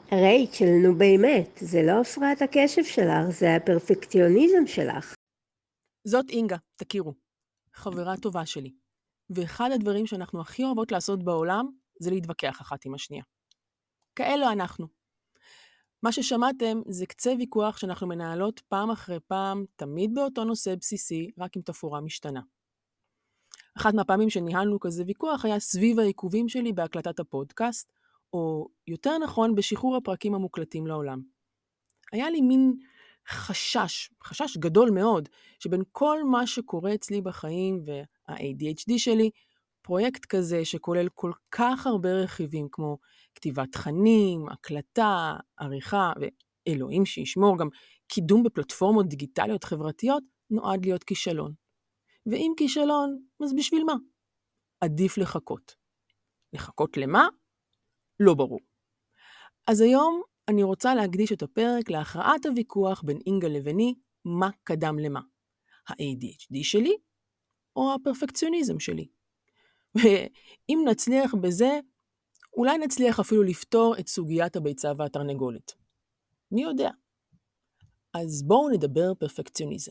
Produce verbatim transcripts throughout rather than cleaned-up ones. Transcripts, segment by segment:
רייצ'ל, נו באמת, זה לא הפרעת הקשב שלך, זה הפרפקציוניזם שלך. זאת אינגה, תכירו, חברה טובה שלי. ואחד הדברים שאנחנו הכי אוהבות לעשות בעולם, זה להתווכח אחת עם השנייה. כאלה אנחנו. מה ששמעתם זה קצה ויכוח שאנחנו מנהלות פעם אחרי פעם, תמיד באותו נושא בסיסי, רק עם תפאורה משתנה. אחת מהפעמים שניהלנו כזה ויכוח היה סביב העיכובים שלי בהקלטת הפודקאסט, או יותר נכון בשחרור הפרקים המוקלטים לעולם. היה לי מין חשש, חשש גדול מאוד, שבין כל מה שקורה אצלי בחיים וה-איי די אייץ' די שלי, פרויקט כזה שכולל כל כך הרבה רכיבים כמו כתיבת תכנים, הקלטה, עריכה ואלוהים שישמור גם קידום בפלטפורמות דיגיטליות חברתיות, נועד להיות כישלון. ואם כישלון, אז בשביל מה? עדיף לחכות. לחכות למה? לא ברור. אז היום אני רוצה להקדיש את הפרק להכרעת הוויכוח בין אינגה לביני, מה קדם למה. ה-איי די אייץ' די שלי או הפרפקציוניזם שלי. ואם נצליח בזה, אולי נצליח אפילו לפתור את סוגיית הביצה והתרנגולת. מי יודע? אז בואו נדבר פרפקציוניזם.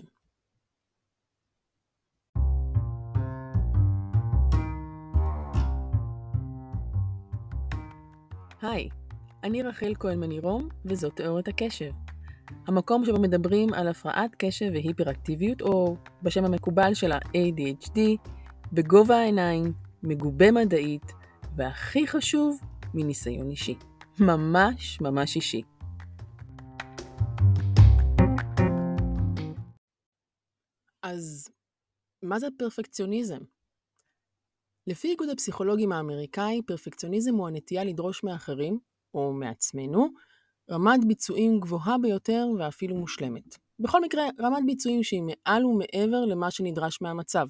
היי, אני רחל כהן מנירום, וזאת תיאוריית הקשב. המקום שבו מדברים על הפרעת קשב והיפראקטיביות, או בשם המקובל של ה-איי די אייץ' די, בגובה העיניים, מגובה מדעית, והכי חשוב, מניסיון אישי. ממש ממש אישי. אז מה זה פרפקציוניזם? לפי איגוד הפסיכולוגים האמריקאי, פרפקציוניזם הוא הנטייה לדרוש מאחרים, או מעצמנו, רמת ביצועים גבוהה ביותר ואפילו מושלמת. בכל מקרה, רמת ביצועים שהיא מעל ומעבר למה שנדרש מהמצב.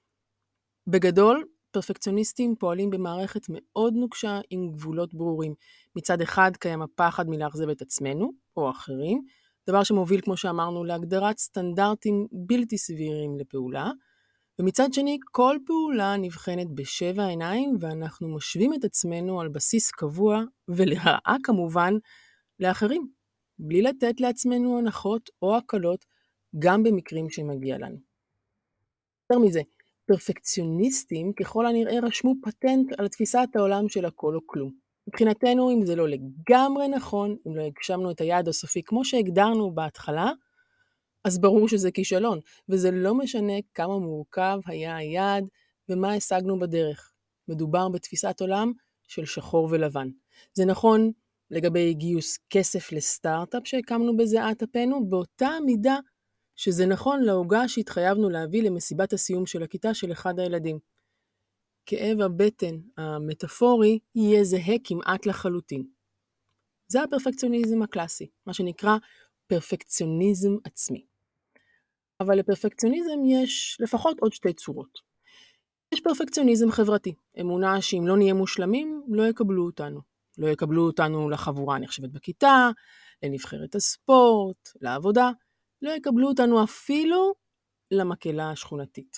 בגדול, פרפקציוניסטים פועלים במערכת מאוד נוקשה עם גבולות ברורים. מצד אחד קיים הפחד מלאכזב את עצמנו, או אחרים, דבר שמוביל, כמו שאמרנו, להגדרת סטנדרטים בלתי סבירים לפעולה, ומצד שני, כל פעולה נבחנת בשבע עיניים, ואנחנו משווים את עצמנו על בסיס קבוע, ולרעה כמובן, לאחרים, בלי לתת לעצמנו הנחות או הקלות, גם במקרים שמגיע לנו. יותר מזה, פרפקציוניסטים ככל הנראה רשמו פטנט על תפיסת העולם של הכל או כלום. מבחינתנו, אם זה לא לגמרי נכון, אם לא הגשמנו את היעד הסופי כמו שהגדרנו בהתחלה, אז ברור שזה כישלון, וזה לא משנה כמה מורכב היה היעד ומה השגנו בדרך. מדובר בתפיסת עולם של שחור ולבן. זה נכון לגבי גיוס כסף לסטארט-אפ שהקמנו בזיעת אפינו, באותה מידה שזה נכון לעוגה שהתחייבנו להביא למסיבת הסיום של הכיתה של אחד הילדים. כאב הבטן המטאפורי יהיה זהה כמעט לחלוטין. זה הפרפקציוניזם הקלאסי, מה שנקרא פרפקציוניזם עצמי. אבל לפרפקציוניזם יש לפחות עוד שתי צורות. יש פרפקציוניזם חברתי, אמונה שאם לא נהיה מושלמים, לא יקבלו אותנו. לא יקבלו אותנו לחבורה הנחשבת בכיתה, לנבחרת הספורט, לעבודה, לא יקבלו אותנו אפילו למקהלה השכונתית.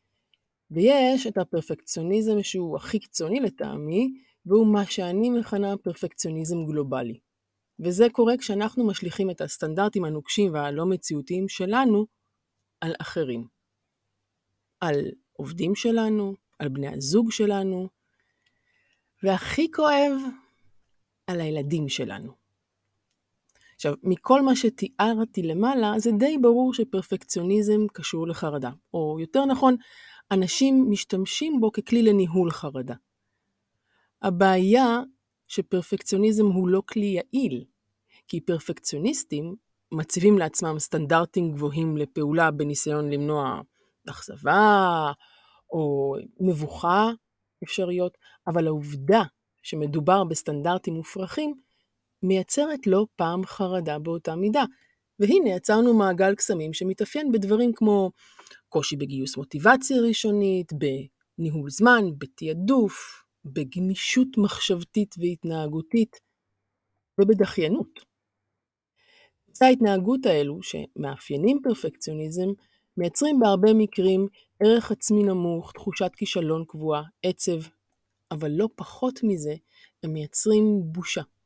ויש את הפרפקציוניזם שהוא הכי קיצוני לטעמי, והוא מה שאני מכנה פרפקציוניזם גלובלי. וזה קורה כשאנחנו משליכים את הסטנדרטים הנוקשים והלא מציאותיים שלנו על אחרים. על עובדים שלנו, על בני הזוג שלנו, והכי כואב, על הילדים שלנו. עכשיו, מכל מה שתיארתי למעלה, זה די ברור שפרפקציוניזם קשור לחרדה. או יותר נכון, אנשים משתמשים בו ככלי לניהול חרדה. הבעיה שפרפקציוניזם הוא לא כלי יעיל, כי פרפקציוניסטים מציבים לעצמם סטנדרטים גבוהים לפעולה בניסיון למנוע אכזבה או מבוכה אפשריות, אבל העובדה שמדובר בסטנדרטים מופרכים מייצרת לא פעם חרדה באותה מידה. והנה יצרנו מעגל קסמים שמתאפיין בדברים כמו קושי בגיוס מוטיבציה ראשונית, בניהול זמן, בתיעדוף, בגמישות מחשבתית והתנהגותית ובדחיינות. ההתנהגות האלו שמאפיינים פרפקציוניזם מייצרים בהרבה מקרים ערך עצמי נמוך, תחושת כישלון קבועה, עצב, אבל לא פחות מזה הם מייצרים בושה.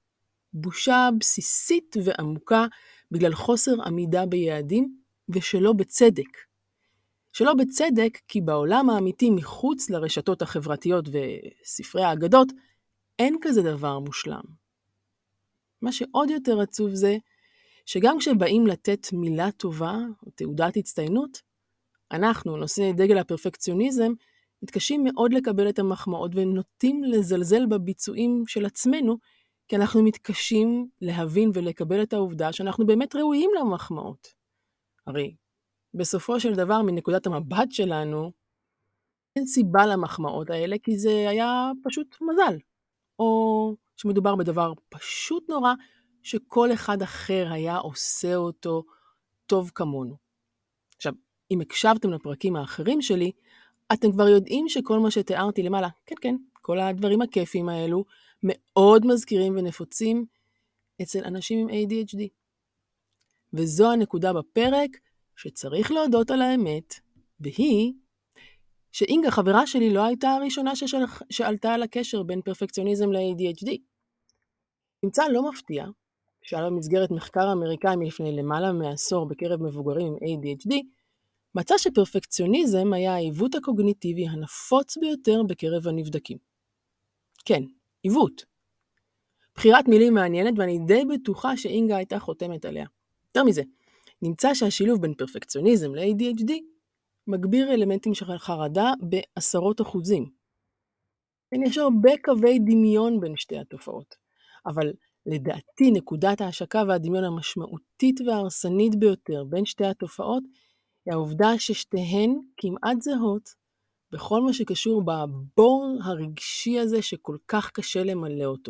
בושה בסיסית ועמוקה בגלל חוסר עמידה ביעדים ושלא בצדק. שלא בצדק כי בעולם האמיתי מחוץ לרשתות החברתיות וספרי האגדות אין כזה דבר מושלם. מה שעוד יותר עצוב זה שגם כשבאים לתת מילה טובה או תעודת הצטיינות, אנחנו, נושאי דגל הפרפקציוניזם, מתקשים מאוד לקבל את המחמאות ונוטים לזלזל בביצועים של עצמנו, כי אנחנו מתקשים להבין ולקבל את העובדה שאנחנו באמת ראויים למחמאות. הרי בסופו של דבר, מנקודת המבט שלנו, אין סיבה למחמאות האלה, כי זה היה פשוט מזל. או שמדובר בדבר פשוט נורא, שכל אחד אחר היה עושה אותו טוב כמונו. עכשיו, אם הקשבתם לפרקים האחרים שלי, אתם כבר יודעים שכל מה שתיארתי למעלה, כן כן, כל הדברים הכיפים האלו, מאוד מזכירים ונפוצים אצל אנשים עם איי די אייץ' די. וזו הנקודה בפרק שצריך להודות על האמת, והיא שאינגה, חברה שלי, לא הייתה הראשונה ששל... שעלתה על הקשר בין פרפקציוניזם ל-איי די אייץ' די. נמצא לא מפתיע, שעלה במסגרת מחקר אמריקאי מלפני למעלה מעשור בקרב מבוגרים עם איי די אייץ' די, מצא שפרפקציוניזם היה העיוות הקוגניטיבי הנפוץ ביותר בקרב הנבדקים. כן, עיוות. בחירת מילים מעניינת ואני די בטוחה שאינגה הייתה חותמת עליה. יותר מזה, נמצא שהשילוב בין פרפקציוניזם ל-איי די אייץ' די מגביר אלמנטים של חרדה בעשרות אחוזים. יש הרבה קווי דמיון בין שתי התופעות, אבל לדעתי נקודת ההשקה והדמיון המשמעותית וההרסנית ביותר בין שתי התופעות היא העובדה ששתיהן כמעט זהות בכל מה שקשור בבור הרגשי הזה שכל כך קשה למלא אותו.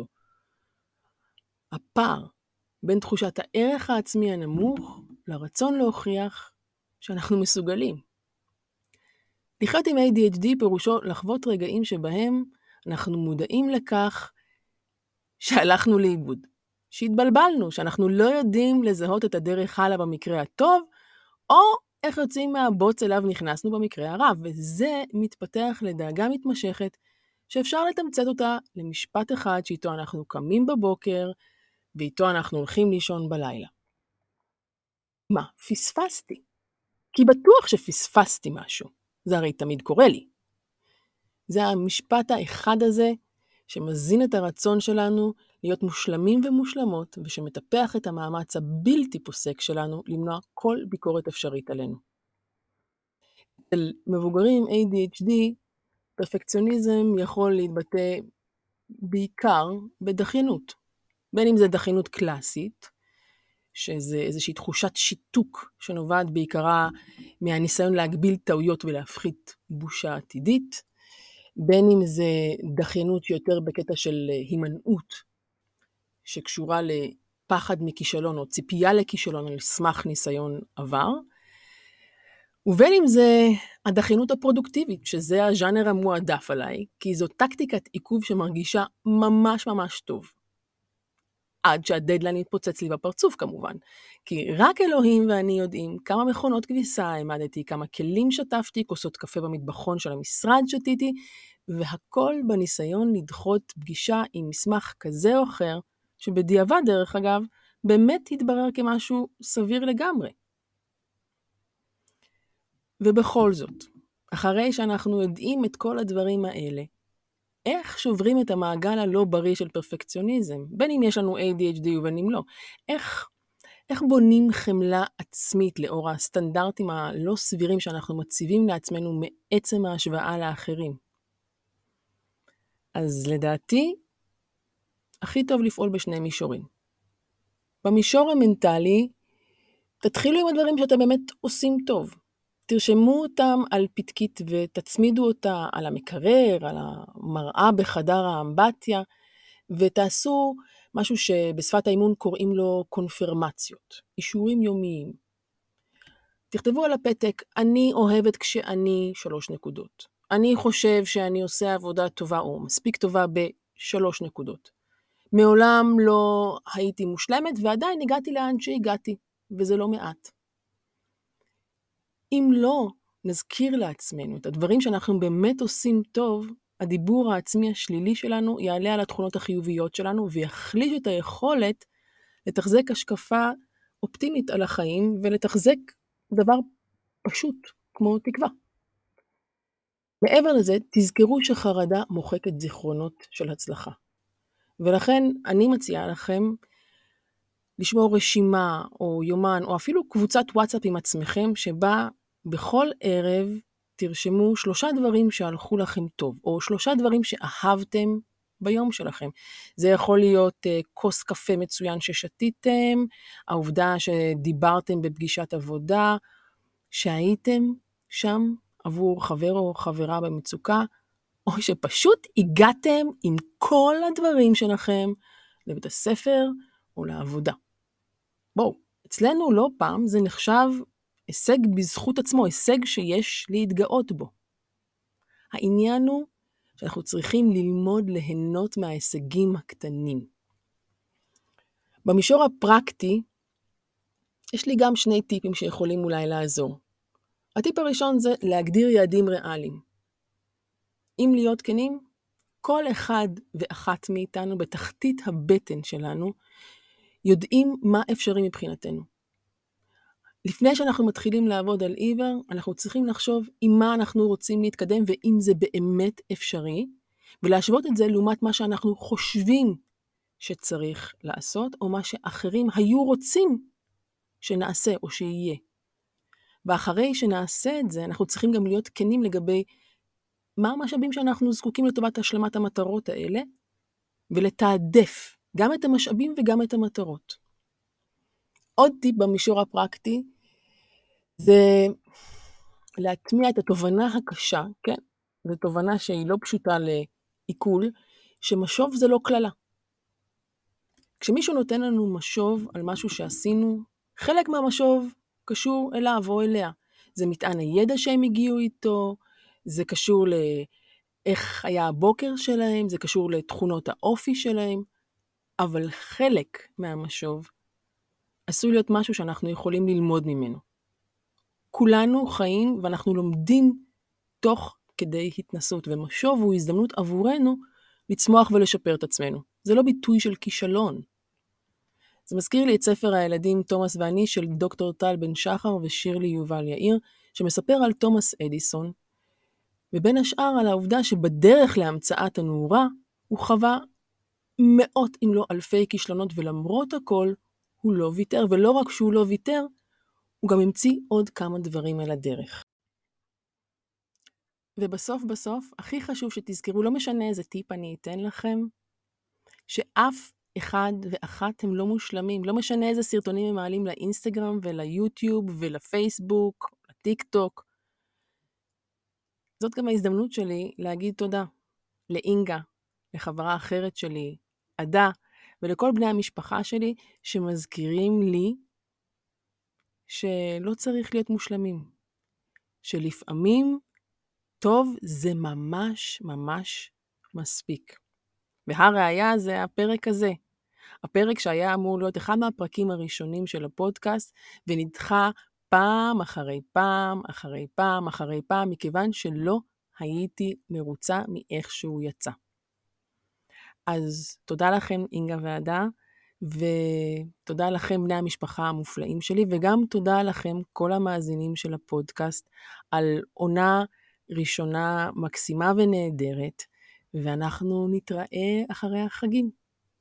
הפער בין תחושת הערך העצמי הנמוך לרצון להוכיח שאנחנו מסוגלים. לחיות עם איי די אייץ' די פירושו לחוות רגעים שבהם אנחנו מודעים לכך שהלכנו לאיבוד, שהתבלבלנו, שאנחנו לא יודעים לזהות את הדרך הלאה במקרה הטוב, או איך יוצאים מהבוץ אליו נכנסנו במקרה הרע, וזה מתפתח לדאגה מתמשכת, שאפשר לתמצת אותה למשפט אחד שאיתו אנחנו קמים בבוקר, ואיתו אנחנו הולכים לישון בלילה. מה? פספסתי. כי בטוח שפספסתי משהו. זה הרי תמיד קורה לי. זה המשפט האחד הזה שמזין את הרצון שלנו להיות מושלמים ומושלמות, ושמטפח את המאמץ הבלתי פוסק שלנו למנוע כל ביקורת אפשרית עלינו. אצל מבוגרים עם איי די אייץ' די, פרפקציוניזם יכול להתבטא בעיקר בדחיינות. בין אם זה דחיינות קלאסית, שזה איזושהי תחושת שיתוק שנובעת בעיקרה מהניסיון להגביל טעויות ולהפחית בושה עתידית, בין אם זה דחיינות שיותר בקטע של הימנעות, שקשורה לפחד מכישלון או ציפייה לכישלון על סמך ניסיון עבר, ובין אם זה הדחיינות הפרודוקטיבית, שזה הז'אנר המועדף עליי, כי זו טקטיקת עיכוב שמרגישה ממש ממש טוב. עד שהדדליין יתפוצץ לי בפרצוף כמובן, כי רק אלוהים ואני יודעים כמה מכונות כביסה העמדתי, כמה כלים שטפתי, כוסות קפה במטבחון של המשרד שתיתי, והכל בניסיון לדחות פגישה עם מסמך כזה או אחר, שבדיעבד דרך אגב, באמת התברר כמשהו סביר לגמרי. ובכל זאת, אחרי שאנחנו יודעים את כל הדברים האלה, איך שוברים את המעגל הלא בריא של פרפקציוניזם? בין אם יש לנו איי די אייץ' די ובין אם לא. איך, איך בונים חמלה עצמית לאור הסטנדרטים הלא סבירים שאנחנו מציבים לעצמנו מעצם ההשוואה לאחרים? אז לדעתי, הכי טוב לפעול בשני מישורים. במישור המנטלי, תתחילו עם הדברים שאתם באמת עושים טוב. תרשמו אותם על פתקית ותצמידו אותה על המקרר, על המראה בחדר האמבטיה, ותעשו משהו שבשפת האימון קוראים לו קונפרמציות, אישורים יומיים. תכתבו על הפתק, אני אוהבת כשאני שלוש נקודות. אני חושב שאני עושה עבודה טובה או מספיק טובה בשלוש נקודות. מעולם לא הייתי מושלמת ועדיין הגעתי לאן שהגעתי, וזה לא מעט. אם לא נזכיר לעצמנו את הדברים שאנחנו באמת עושים טוב, הדיבור העצמי השלילי שלנו יעלה על התכונות החיוביות שלנו, ויחליש את היכולת לתחזק השקפה אופטימית על החיים, ולתחזק דבר פשוט כמו תקווה. מעבר לזה, תזכרו שחרדה מוחקת זיכרונות של הצלחה. ולכן אני מציעה לכם לשמור רשימה או יומן או אפילו קבוצת וואטסאפ עם עצמכם, שבה בכל ערב תרשמו שלושה דברים שהלכו לכם טוב, או שלושה דברים שאהבתם ביום שלכם. זה יכול להיות uh, כוס קפה מצוין ששתיתם, העובדה שדיברתם בפגישת עבודה, שהייתם שם עבור חבר או חברה במצוקה, או שפשוט הגעתם עם כל הדברים שלכם לבית הספר או לעבודה. בואו, אצלנו לא פעם זה נחשב הישג בזכות עצמו, הישג שיש להתגאות בו. העניין הוא שאנחנו צריכים ללמוד ליהנות מההישגים הקטנים. במישור הפרקטי, יש לי גם שני טיפים שיכולים אולי לעזור. הטיפ הראשון זה להגדיר יעדים ריאליים. אם להיות כנים, כל אחד ואחת מאיתנו בתחתית הבטן שלנו יודעים מה אפשרי מבחינתנו. לפני שאנחנו מתחילים לעבוד על עיוור, אנחנו צריכים לחשוב עם מה אנחנו רוצים להתקדם ואם זה באמת אפשרי, ולהשוות את זה לעומת מה שאנחנו חושבים שצריך לעשות, או מה שאחרים היו רוצים שנעשה או שיהיה. ואחרי שנעשה את זה, אנחנו צריכים גם להיות כנים לגבי מה המשאבים שאנחנו זקוקים לטובת השלמת המטרות האלה, ולתעדף גם את המשאבים וגם את המטרות. עוד טיפ במישור הפרקטי, זה להטמיע את התובנה הקשה, כן? זו תובנה שהיא לא פשוטה לעיכול, שמשוב זה לא כללה. כשמישהו נותן לנו משוב על משהו שעשינו, חלק מהמשוב קשור אליו או אליה. זה מטען הידע שהם הגיעו איתו, זה קשור לאיך היה הבוקר שלהם, זה קשור לתכונות האופי שלהם, אבל חלק מהמשוב עשוי להיות משהו שאנחנו יכולים ללמוד ממנו. כולנו חיים ואנחנו לומדים תוך כדי התנסות, ומשוב הוא הזדמנות עבורנו לצמוח ולשפר את עצמנו. זה לא ביטוי של כישלון. זה מזכיר לי את ספר הילדים תומאס ואני של דוקטור טל בן שחר ושירלי יובל יאיר, שמספר על תומאס אדיסון, ובין השאר על העובדה שבדרך להמצאת הנורה הוא חווה מאות אם לא אלפי כישלונות, ולמרות הכל הוא לא ויתר, ולא רק שהוא לא ויתר, הוא גם המציא עוד כמה דברים על הדרך. ובסוף בסוף, הכי חשוב שתזכרו, לא משנה איזה טיפ אני אתן לכם, שאף אחד ואחת הם לא מושלמים, לא משנה איזה סרטונים הם מעלים לאינסטגרם וליוטיוב ולפייסבוק, לטיק טוק. זאת גם ההזדמנות שלי להגיד תודה לאינגה, לחברה אחרת שלי, עדה, ולכל בני המשפחה שלי שמזכירים לי שלא צריך להיות מושלמים. שלפעמים טוב זה ממש ממש מספיק. והראיה זה הפרק הזה. הפרק שהיה אמור להיות אחד מהפרקים הראשונים של הפודקאסט, ונדחה פעם אחרי פעם אחרי פעם אחרי פעם, מכיוון שלא הייתי מרוצה מאיך שהוא יצא. אז תודה לכם אינגה ועדה, ותודה לכם בני המשפחה המופלאים שלי, וגם תודה לכם כל המאזינים של הפודקאסט, על עונה ראשונה מקסימה ונהדרת, ואנחנו נתראה אחרי החגים.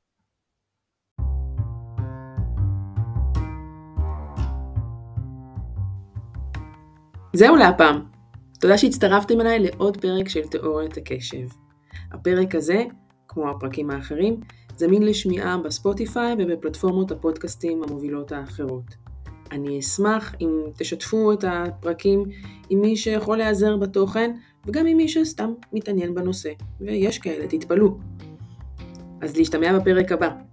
זהו להפעם. תודה שהצטרפתם אליי לעוד פרק של תיאוריית הקשב. הפרק הזה, כמו הפרקים האחרים, זמין לשמיעה בספוטיפיי ובפלטפורמות הפודקאסטים המובילות האחרות. אני אשמח אם תשתפו את הפרקים עם מי שיכול להיעזר בתוכן, וגם עם מי שסתם מתעניין בנושא, ויש כאלה, תתפלו. אז להשתמע בפרק הבא.